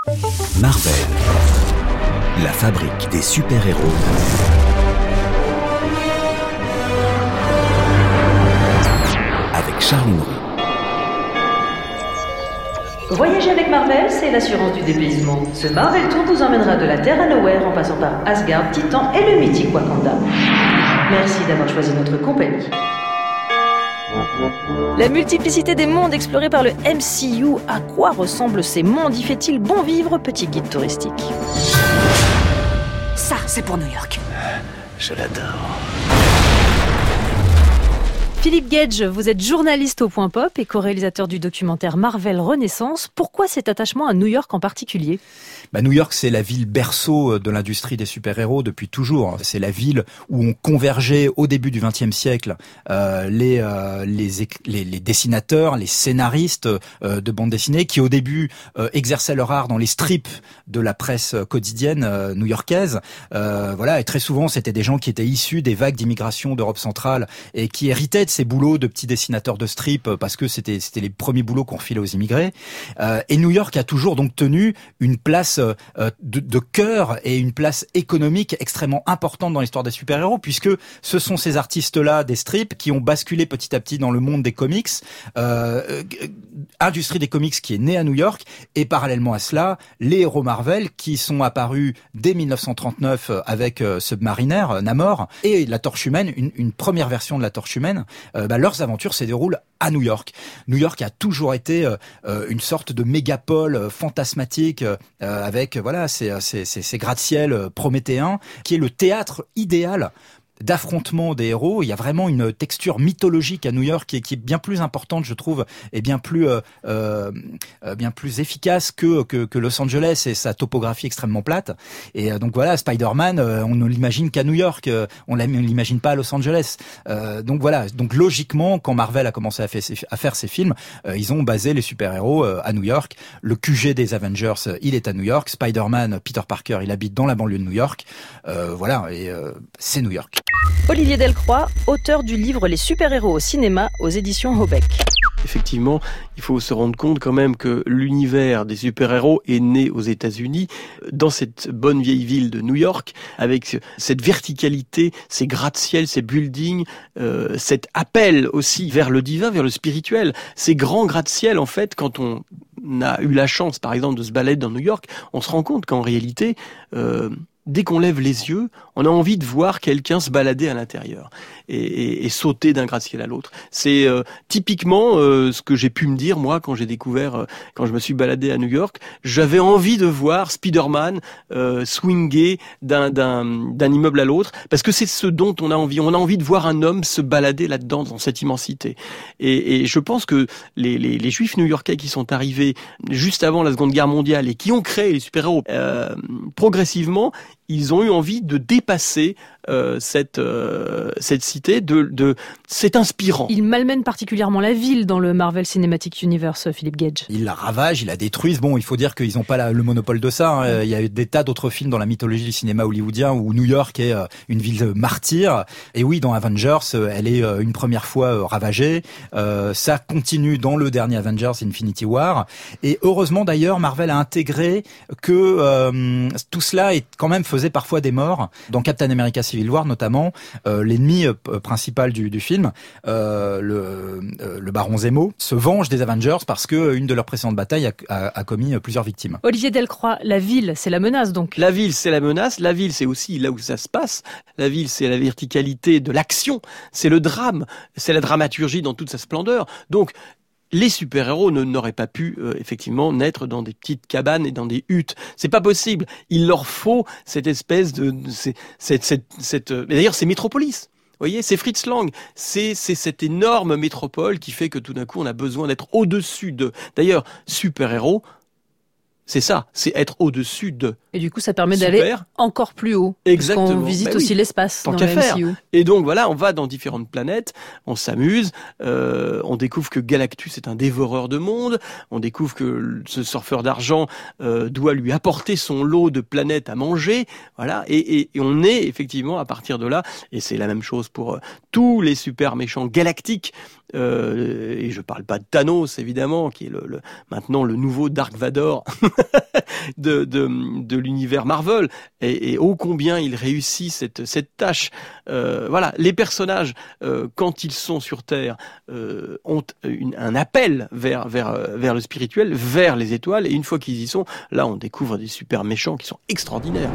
Marvel, la fabrique des super-héros. Avec Charline Roux. Voyager avec Marvel, c'est l'assurance du dépaysement. Ce Marvel Tour vous emmènera de la Terre à Nowhere en passant par Asgard, Titan et le mythique Wakanda. Merci d'avoir choisi notre compagnie. La multiplicité des mondes explorés par le MCU, à quoi ressemblent ces mondes? Y fait-il bon vivre? Petit guide touristique. Ça, c'est pour New York. Je l'adore. Philippe Gage, vous êtes journaliste au Point Pop et co-réalisateur du documentaire Marvel Renaissance. Pourquoi cet attachement à New York en particulier ? New York, c'est la ville berceau de l'industrie des super-héros depuis toujours. C'est la ville où ont convergé au début du XXe siècle les dessinateurs, les scénaristes de bande dessinée qui au début exerçaient leur art dans les strips de la presse quotidienne new-yorkaise. Et très souvent c'était des gens qui étaient issus des vagues d'immigration d'Europe centrale et qui héritaient de ces boulots de petits dessinateurs de strips parce que c'était les premiers boulots qu'on refilait aux immigrés. Et New York a toujours donc tenu une place de cœur et une place économique extrêmement importante dans l'histoire des super-héros, puisque ce sont ces artistes-là des strips qui ont basculé petit à petit dans le monde des comics, industrie des comics qui est née à New York, et parallèlement à cela, les héros Marvel qui sont apparus dès 1939 avec Submariner, Namor, et la Torche Humaine, une première version de la Torche Humaine. Leurs aventures se déroulent à New York. New York a toujours été une sorte de mégapole fantasmatique avec ces gratte-ciel prométhéens qui est le théâtre idéal d'affrontement des héros. Il y a vraiment une texture mythologique à New York qui est bien plus importante, je trouve, et bien plus efficace que Los Angeles et sa topographie extrêmement plate. Et donc voilà, Spider-Man, on ne l'imagine qu'à New York, on ne l'imagine pas à Los Angeles. Donc logiquement, quand Marvel a commencé à faire ses films, ils ont basé les super-héros à New York. Le QG des Avengers, il est à New York. Spider-Man, Peter Parker, il habite dans la banlieue de New York. C'est New York. Olivier Delcroix, auteur du livre Les super-héros au cinéma aux éditions Hobeck. Effectivement, il faut se rendre compte quand même que l'univers des super-héros est né aux États-Unis, dans cette bonne vieille ville de New York, avec cette verticalité, ces gratte-ciel, ces buildings, cet appel aussi vers le divin, vers le spirituel. Ces grands gratte-ciel, en fait, quand on a eu la chance, par exemple, de se balader dans New York, on se rend compte qu'en réalité, dès qu'on lève les yeux, on a envie de voir quelqu'un se balader à l'intérieur et sauter d'un gratte-ciel à l'autre. C'est typiquement ce que j'ai pu me dire, moi, quand j'ai découvert, quand je me suis baladé à New York. J'avais envie de voir Spider-Man swinger d'un immeuble à l'autre, parce que c'est ce dont on a envie. On a envie de voir un homme se balader là-dedans, dans cette immensité. Et je pense que les Juifs new-yorkais qui sont arrivés juste avant la Seconde Guerre mondiale et qui ont créé les super-héros, progressivement, ils ont eu envie de dépasser cette cité, c'est inspirant. Il malmène particulièrement la ville dans le Marvel Cinematic Universe, Philippe Gage. Il la ravage, il la détruise. Bon, il faut dire qu'ils n'ont pas le monopole de ça. Hein. Il y a eu des tas d'autres films dans la mythologie du cinéma hollywoodien où New York est une ville martyre. Et oui, dans Avengers, elle est une première fois ravagée. Ça continue dans le dernier Avengers, Infinity War. Et heureusement d'ailleurs, Marvel a intégré que tout cela quand même faisait parfois des morts. Dans Captain America Civil War notamment, l'ennemi principal du film, le baron Zemo, se venge des Avengers parce que une de leurs précédentes batailles a commis plusieurs victimes. Olivier Delcroix, la ville, c'est la menace donc. La ville, c'est la menace. La ville, c'est aussi là où ça se passe. La ville, c'est la verticalité de l'action. C'est le drame. C'est la dramaturgie dans toute sa splendeur. Donc, les super-héros n'auraient pas pu effectivement naître dans des petites cabanes et dans des huttes. C'est pas possible. Il leur faut cette espèce mais d'ailleurs, c'est Métropolis. Vous voyez, c'est Fritz Lang. C'est cette énorme métropole qui fait que tout d'un coup, on a besoin d'être au-dessus de. D'ailleurs, super-héros, c'est ça, c'est être au-dessus de. Et du coup, ça permet d'aller encore plus haut. Exactement. Parce qu'on visite aussi l'espace dans le MCU. Et donc voilà, on va dans différentes planètes, on s'amuse, on découvre que Galactus est un dévoreur de monde, on découvre que ce surfeur d'argent doit lui apporter son lot de planètes à manger, voilà. Et on est effectivement à partir de là, et c'est la même chose pour tous les super méchants galactiques. Et je parle pas de Thanos évidemment, qui est maintenant le nouveau Dark Vador. de l'univers Marvel, et ô combien il réussit cette tâche. Voilà, les personnages quand ils sont sur Terre ont un appel vers le spirituel, vers les étoiles, et une fois qu'ils y sont, là on découvre des super méchants qui sont extraordinaires.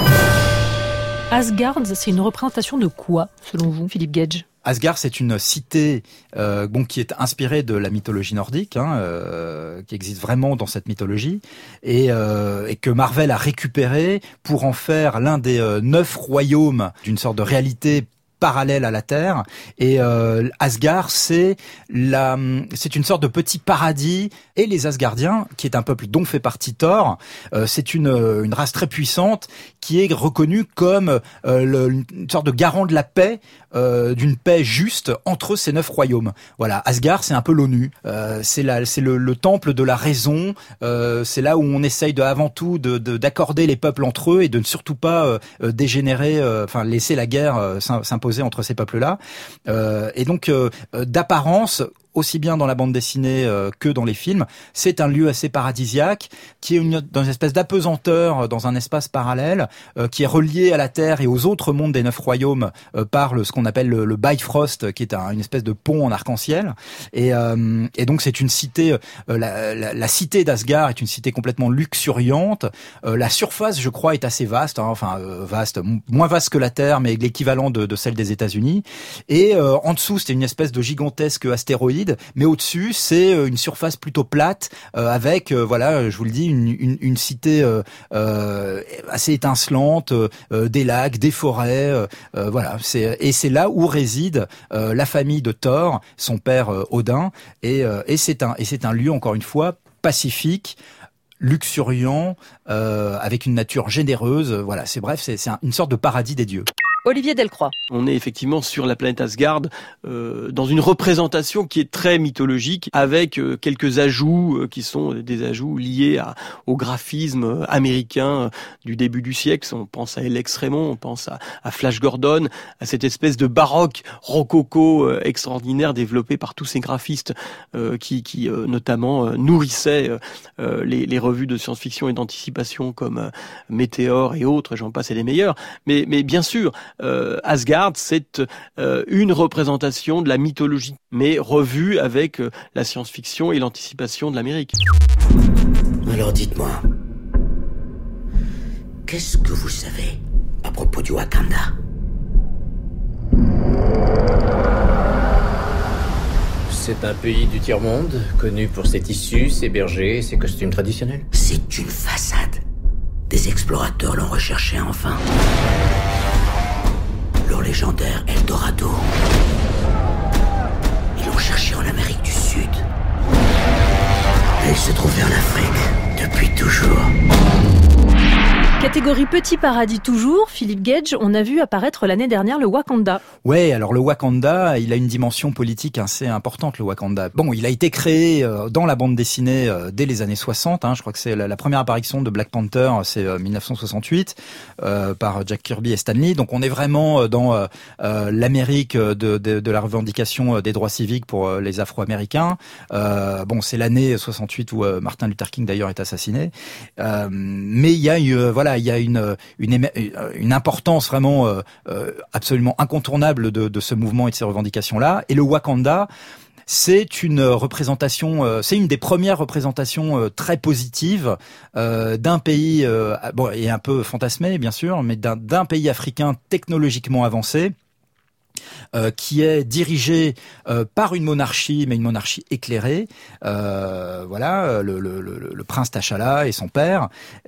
Asgard, c'est une représentation de quoi, selon vous, Philippe Gage ? Asgard, c'est une cité qui est inspirée de la mythologie nordique, qui existe vraiment dans cette mythologie, et que Marvel a récupéré pour en faire l'un des 9 royaumes d'une sorte de réalité parallèle à la Terre. Et Asgard, c'est une sorte de petit paradis. Et les Asgardiens, qui est un peuple dont fait partie Thor, c'est une race très puissante qui est reconnue comme une sorte de garant de la paix, d'une paix juste entre ces 9 royaumes. Voilà, Asgard, c'est un peu l'ONU. C'est le temple de la raison. C'est là où on essaye avant tout d'accorder les peuples entre eux et de ne surtout pas dégénérer, laisser la guerre s'imposer entre ces peuples-là. Et donc, d'apparence, aussi bien dans la bande dessinée que dans les films, c'est un lieu assez paradisiaque, qui est dans une espèce d'apesanteur dans un espace parallèle, qui est relié à la Terre et aux autres mondes des 9 royaumes par ce qu'on appelle le Bifrost, qui est une espèce de pont en arc-en-ciel. Et donc c'est une cité, la cité d'Asgard est une cité complètement luxuriante. La surface, je crois, est assez vaste, vaste, moins vaste que la Terre, mais l'équivalent de celle des États-Unis. Et en dessous, c'était une espèce de gigantesque astéroïde. Mais au-dessus, c'est une surface plutôt plate, avec, je vous le dis, une cité assez étincelante, des lacs, des forêts, et c'est là où réside la famille de Thor, son père Odin, et c'est un lieu, encore une fois, pacifique, luxuriant, avec une nature généreuse. Voilà, c'est une sorte de paradis des dieux. Olivier Delcroix. On est effectivement sur la planète Asgard, dans une représentation qui est très mythologique, avec quelques ajouts qui sont des ajouts liés au graphisme américain du début du siècle. On pense à Alex Raymond, on pense à Flash Gordon, à cette espèce de baroque rococo extraordinaire développé par tous ces graphistes qui notamment nourrissaient les revues de science-fiction et d'anticipation comme Météor et autres, j'en passe et des meilleurs. Mais bien sûr, Asgard, c'est une représentation de la mythologie, mais revue avec la science-fiction et l'anticipation de l'Amérique. Alors dites-moi, qu'est-ce que vous savez à propos du Wakanda ? C'est un pays du tiers-monde, connu pour ses tissus, ses bergers et ses costumes traditionnels. C'est une façade. Des explorateurs l'ont recherché enfin. Leur légendaire Eldorado. Ils l'ont cherché en Amérique du Sud. Et il se trouvait en Afrique depuis toujours. Catégorie petit paradis toujours, Philippe Gage, on a vu apparaître l'année dernière le Wakanda. Ouais, alors le Wakanda, il a une dimension politique assez importante, le Wakanda. Bon, il a été créé dans la bande dessinée dès les années 60, je crois que c'est la première apparition de Black Panther, c'est 1968, par Jack Kirby et Stan Lee. Donc on est vraiment dans l'Amérique de la revendication des droits civiques pour les Afro-Américains. C'est l'année 68 où Martin Luther King d'ailleurs est assassiné. Mais il y a une importance vraiment absolument incontournable de ce mouvement et de ces revendications-là. Et le Wakanda, c'est une représentation, c'est une des premières représentations très positives d'un pays, et un peu fantasmé bien sûr, mais d'un pays africain technologiquement avancé. Qui est dirigé par une monarchie, mais une monarchie éclairée. Le prince T'Challa et son père,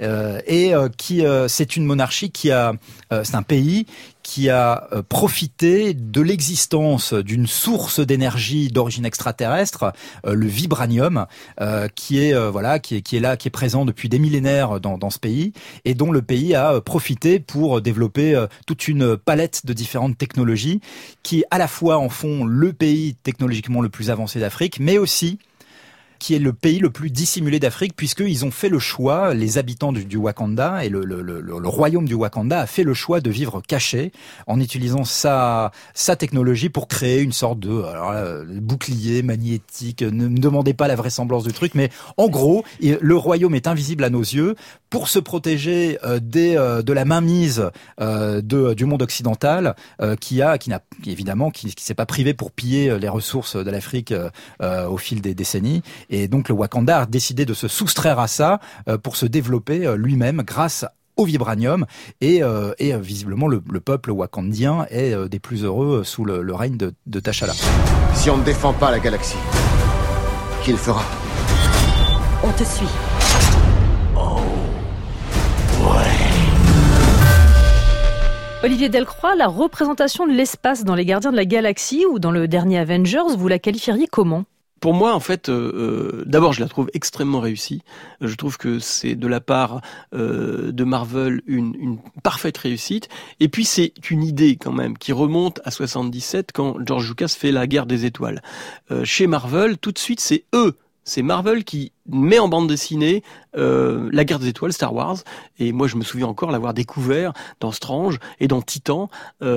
c'est une monarchie c'est un pays qui a profité de l'existence d'une source d'énergie d'origine extraterrestre, le vibranium, qui est là, qui est présent depuis des millénaires dans ce pays, et dont le pays a profité pour développer toute une palette de différentes technologies qui à la fois en font le pays technologiquement le plus avancé d'Afrique, mais aussi qui est le pays le plus dissimulé d'Afrique, puisqu'ils ont fait le choix, les habitants du Wakanda et le royaume du Wakanda a fait le choix de vivre caché en utilisant sa technologie pour créer une sorte de bouclier magnétique. Ne me demandez pas la vraisemblance du truc, mais en gros, le royaume est invisible à nos yeux pour se protéger de la mainmise du monde occidental qui s'est pas privé pour piller les ressources de l'Afrique au fil des décennies. Et donc le Wakanda a décidé de se soustraire à ça pour se développer lui-même grâce au vibranium et visiblement le peuple wakandien est des plus heureux sous le règne de T'Challa. Si on ne défend pas la galaxie, qui le fera? On te suit. Olivier Delcroix, la représentation de l'espace dans Les Gardiens de la Galaxie ou dans le dernier Avengers, vous la qualifieriez comment ? Pour moi, en fait, d'abord, je la trouve extrêmement réussie. Je trouve que c'est de la part de Marvel une parfaite réussite. Et puis, c'est une idée quand même qui remonte à 77 quand George Lucas fait La Guerre des Étoiles. Chez Marvel, tout de suite, c'est Marvel qui met en bande dessinée La Guerre des Étoiles, Star Wars. Et moi, je me souviens encore l'avoir découvert dans Strange et dans Titan.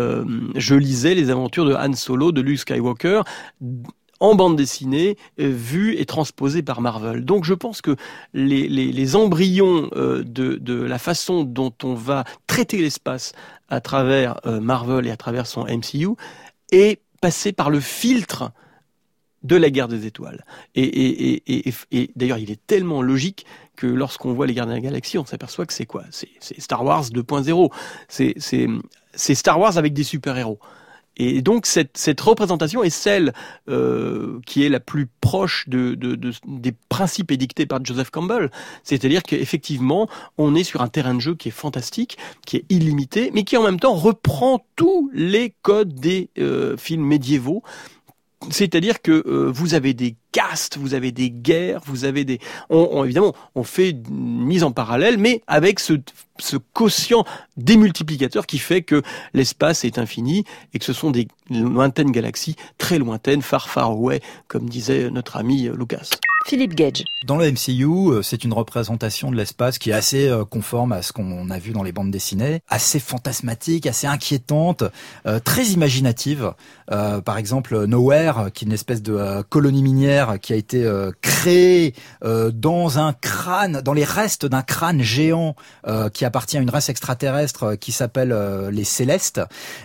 Je lisais les aventures de Han Solo, de Luke Skywalker, en bande dessinée, vue et transposée par Marvel. Donc je pense que les embryons de la façon dont on va traiter l'espace à travers Marvel et à travers son MCU est passé par le filtre de La Guerre des Étoiles. Et d'ailleurs, il est tellement logique que lorsqu'on voit Les Gardiens de la Galaxie, on s'aperçoit que c'est quoi ? C'est Star Wars 2.0. C'est Star Wars avec des super-héros. Et donc cette représentation est celle qui est la plus proche des principes édictés par Joseph Campbell. C'est-à-dire qu'effectivement, on est sur un terrain de jeu qui est fantastique, qui est illimité, mais qui en même temps reprend tous les codes des films médiévaux. C'est-à-dire que vous avez des castes, vous avez des guerres, vous avez évidemment, on fait une mise en parallèle, mais avec ce quotient démultiplicateur qui fait que l'espace est infini et que ce sont des lointaines galaxies, très lointaines, far far away, comme disait notre ami Lucas. Philippe Gage. Dans le MCU, c'est une représentation de l'espace qui est assez conforme à ce qu'on a vu dans les bandes dessinées, assez fantasmatique, assez inquiétante, très imaginative. Par exemple, Nowhere, qui est une espèce de colonie minière qui a été créée dans un crâne, dans les restes d'un crâne géant qui appartient à une race extraterrestre qui s'appelle les Célestes.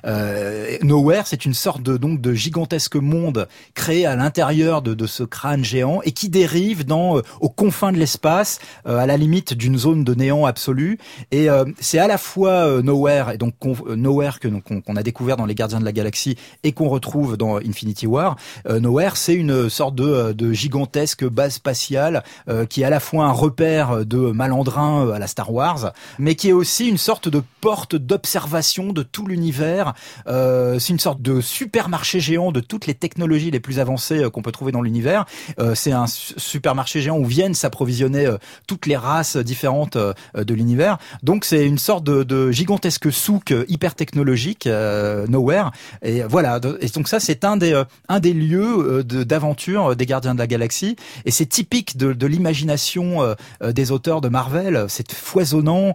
Nowhere, c'est une sorte de gigantesque monde créé à l'intérieur de ce crâne géant et qui dérive aux confins de l'espace, à la limite d'une zone de néant absolu. Et c'est à la fois Nowhere, et donc Nowhere qu'on a découvert dans Les Gardiens de la Galaxie et qu'on retrouve dans Infinity War. Nowhere, c'est une sorte de gigantesque base spatiale qui est à la fois un repère de malandrins à la Star Wars, mais qui est aussi une sorte de porte d'observation de tout l'univers. C'est une sorte de supermarché géant de toutes les technologies les plus avancées qu'on peut trouver dans l'univers. C'est un supermarché géant où viennent s'approvisionner toutes les races différentes de l'univers. Donc c'est une sorte de gigantesque souk hyper technologique, Nowhere. Et voilà. Et donc ça, c'est un des lieux d'aventure des Gardiens de la Galaxie. Et c'est typique de l'imagination des auteurs de Marvel. C'est foisonnant.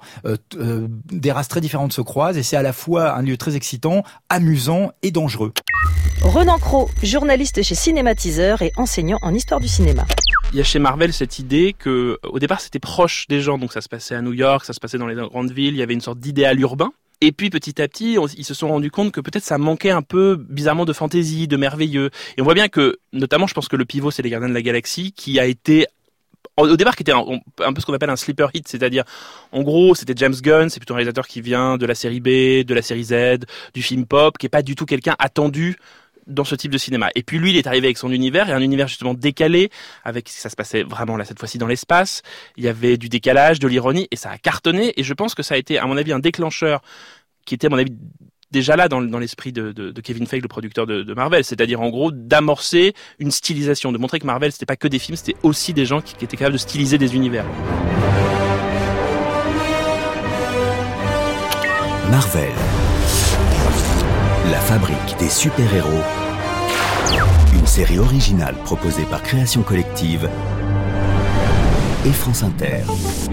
Des races très différentes se croisent et c'est à la fois un lieu très excitant, amusant et dangereux. Ronan Cros, journaliste chez Cinématiseur et enseignant en histoire du cinéma. Il y a chez Marvel cette idée que, au départ, c'était proche des gens, donc ça se passait à New York, ça se passait dans les grandes villes, il y avait une sorte d'idéal urbain. Et puis petit à petit, ils se sont rendus compte que peut-être ça manquait un peu bizarrement de fantaisie, de merveilleux. Et on voit bien que, notamment, je pense que le pivot, c'est les Gardiens de la Galaxie, qui a été au départ qui était un peu ce qu'on appelle un sleeper hit, c'est-à-dire en gros c'était James Gunn, c'est plutôt un réalisateur qui vient de la série B, de la série Z, du film pop, qui est pas du tout quelqu'un attendu dans ce type de cinéma. Et puis lui, il est arrivé avec son univers, et un univers justement décalé, avec ça se passait vraiment là cette fois-ci dans l'espace, il y avait du décalage, de l'ironie, et ça a cartonné, et je pense que ça a été à mon avis un déclencheur qui était à mon avis déjà là dans l'esprit de Kevin Feige, le producteur de Marvel, c'est-à-dire en gros d'amorcer une stylisation, de montrer que Marvel c'était pas que des films, c'était aussi des gens qui étaient capables de styliser des univers. Marvel, la fabrique des super-héros, une série originale proposée par Création Collective et France Inter.